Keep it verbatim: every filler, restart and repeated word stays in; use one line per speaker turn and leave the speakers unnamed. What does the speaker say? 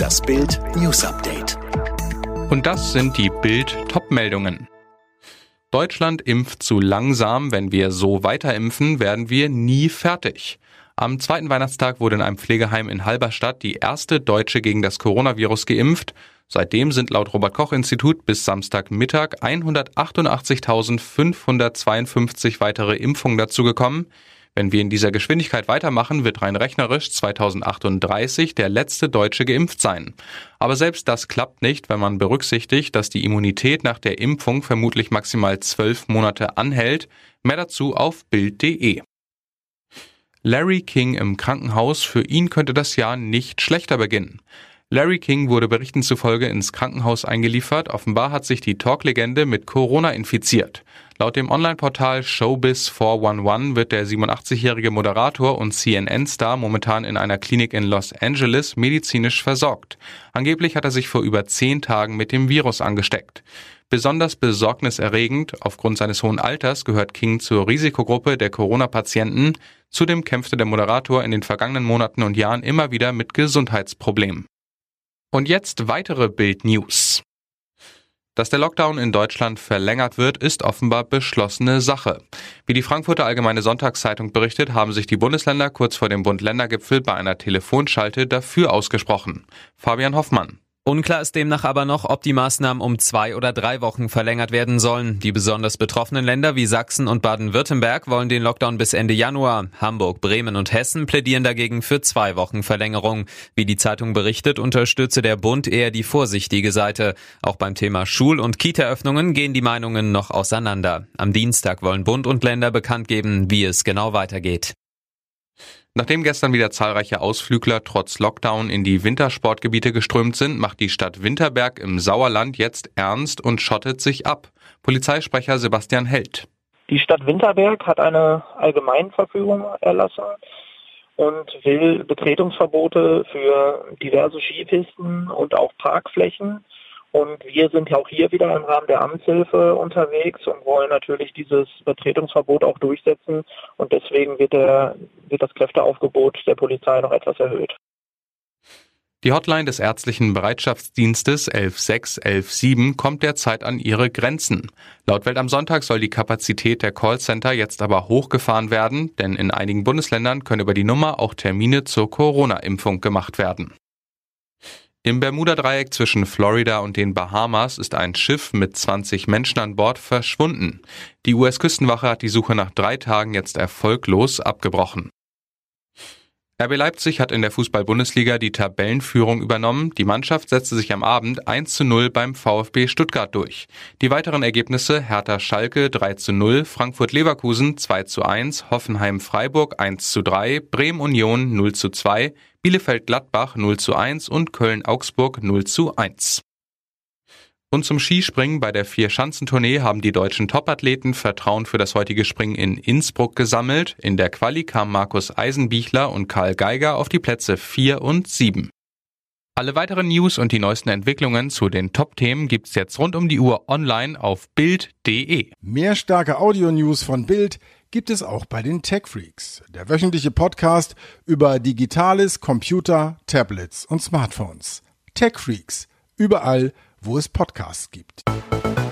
Das Bild News Update.
Und das sind die Bild-Top-Meldungen. Deutschland impft zu langsam. Wenn wir so weiter-impfen, werden wir nie fertig. Am zweiten Weihnachtstag wurde in einem Pflegeheim in Halberstadt die erste Deutsche gegen das Coronavirus geimpft. Seitdem sind laut Robert-Koch-Institut bis Samstagmittag hundertachtundachtzigtausendfünfhundertzweiundfünfzig weitere Impfungen dazugekommen. Wenn wir in dieser Geschwindigkeit weitermachen, wird rein rechnerisch zweitausendachtunddreißig der letzte Deutsche geimpft sein. Aber selbst das klappt nicht, wenn man berücksichtigt, dass die Immunität nach der Impfung vermutlich maximal zwölf Monate anhält. Mehr dazu auf bild punkt de. Larry King im Krankenhaus, für ihn könnte das Jahr nicht schlechter beginnen. Larry King wurde Berichten zufolge ins Krankenhaus eingeliefert. Offenbar hat sich die Talk-Legende mit Corona infiziert. Laut dem Online-Portal Showbiz vier elf wird der siebenundachtzigjährige Moderator und C N N-Star momentan in einer Klinik in Los Angeles medizinisch versorgt. Angeblich hat er sich vor über zehn Tagen mit dem Virus angesteckt. Besonders besorgniserregend, aufgrund seines hohen Alters gehört King zur Risikogruppe der Corona-Patienten. Zudem kämpfte der Moderator in den vergangenen Monaten und Jahren immer wieder mit Gesundheitsproblemen. Und jetzt weitere Bild-News. Dass der Lockdown in Deutschland verlängert wird, ist offenbar beschlossene Sache. Wie die Frankfurter Allgemeine Sonntagszeitung berichtet, haben sich die Bundesländer kurz vor dem Bund-Länder-Gipfel bei einer Telefonschalte dafür ausgesprochen. Fabian Hoffmann.
Unklar ist demnach aber noch, ob die Maßnahmen um zwei oder drei Wochen verlängert werden sollen. Die besonders betroffenen Länder wie Sachsen und Baden-Württemberg wollen den Lockdown bis Ende Januar. Hamburg, Bremen und Hessen plädieren dagegen für zwei Wochen Verlängerung. Wie die Zeitung berichtet, unterstütze der Bund eher die vorsichtige Seite. Auch beim Thema Schul- und Kita-Öffnungen gehen die Meinungen noch auseinander. Am Dienstag wollen Bund und Länder bekannt geben, wie es genau weitergeht.
Nachdem gestern wieder zahlreiche Ausflügler trotz Lockdown in die Wintersportgebiete geströmt sind, macht die Stadt Winterberg im Sauerland jetzt ernst und schottet sich ab. Polizeisprecher Sebastian Held.
Die Stadt Winterberg hat eine Allgemeinverfügung erlassen und will Betretungsverbote für diverse Skipisten und auch Parkflächen. Und wir sind ja auch hier wieder im Rahmen der Amtshilfe unterwegs und wollen natürlich dieses Betretungsverbot auch durchsetzen. Und deswegen wird, der, wird das Kräfteaufgebot der Polizei noch etwas erhöht.
Die Hotline des ärztlichen Bereitschaftsdienstes elf sechs elf sieben kommt derzeit an ihre Grenzen. Laut Welt am Sonntag soll die Kapazität der Callcenter jetzt aber hochgefahren werden, denn in einigen Bundesländern können über die Nummer auch Termine zur Corona-Impfung gemacht werden. Im Bermuda-Dreieck zwischen Florida und den Bahamas ist ein Schiff mit zwanzig Menschen an Bord verschwunden. Die U S-Küstenwache hat die Suche nach drei Tagen jetzt erfolglos abgebrochen. R B Leipzig hat in der Fußball-Bundesliga die Tabellenführung übernommen. Die Mannschaft setzte sich am Abend eins zu null beim VfB Stuttgart durch. Die weiteren Ergebnisse: Hertha-Schalke drei zu null, Frankfurt-Leverkusen zwei zu eins, Hoffenheim-Freiburg eins zu drei, Bremen-Union null zu zwei, Bielefeld-Gladbach null zu eins und Köln-Augsburg null zu eins. Und zum Skispringen bei der Vier-Schanzentournee haben die deutschen Topathleten Vertrauen für das heutige Springen in Innsbruck gesammelt. In der Quali kamen Markus Eisenbichler und Karl Geiger auf die Plätze vier und sieben. Alle weiteren News und die neuesten Entwicklungen zu den Top-Themen gibt's jetzt rund um die Uhr online auf bild punkt de.
Mehr starke Audio-News von Bild gibt es auch bei den Tech Freaks, der wöchentliche Podcast über Digitales, Computer, Tablets und Smartphones. Tech Freaks, überall, wo es Podcasts gibt.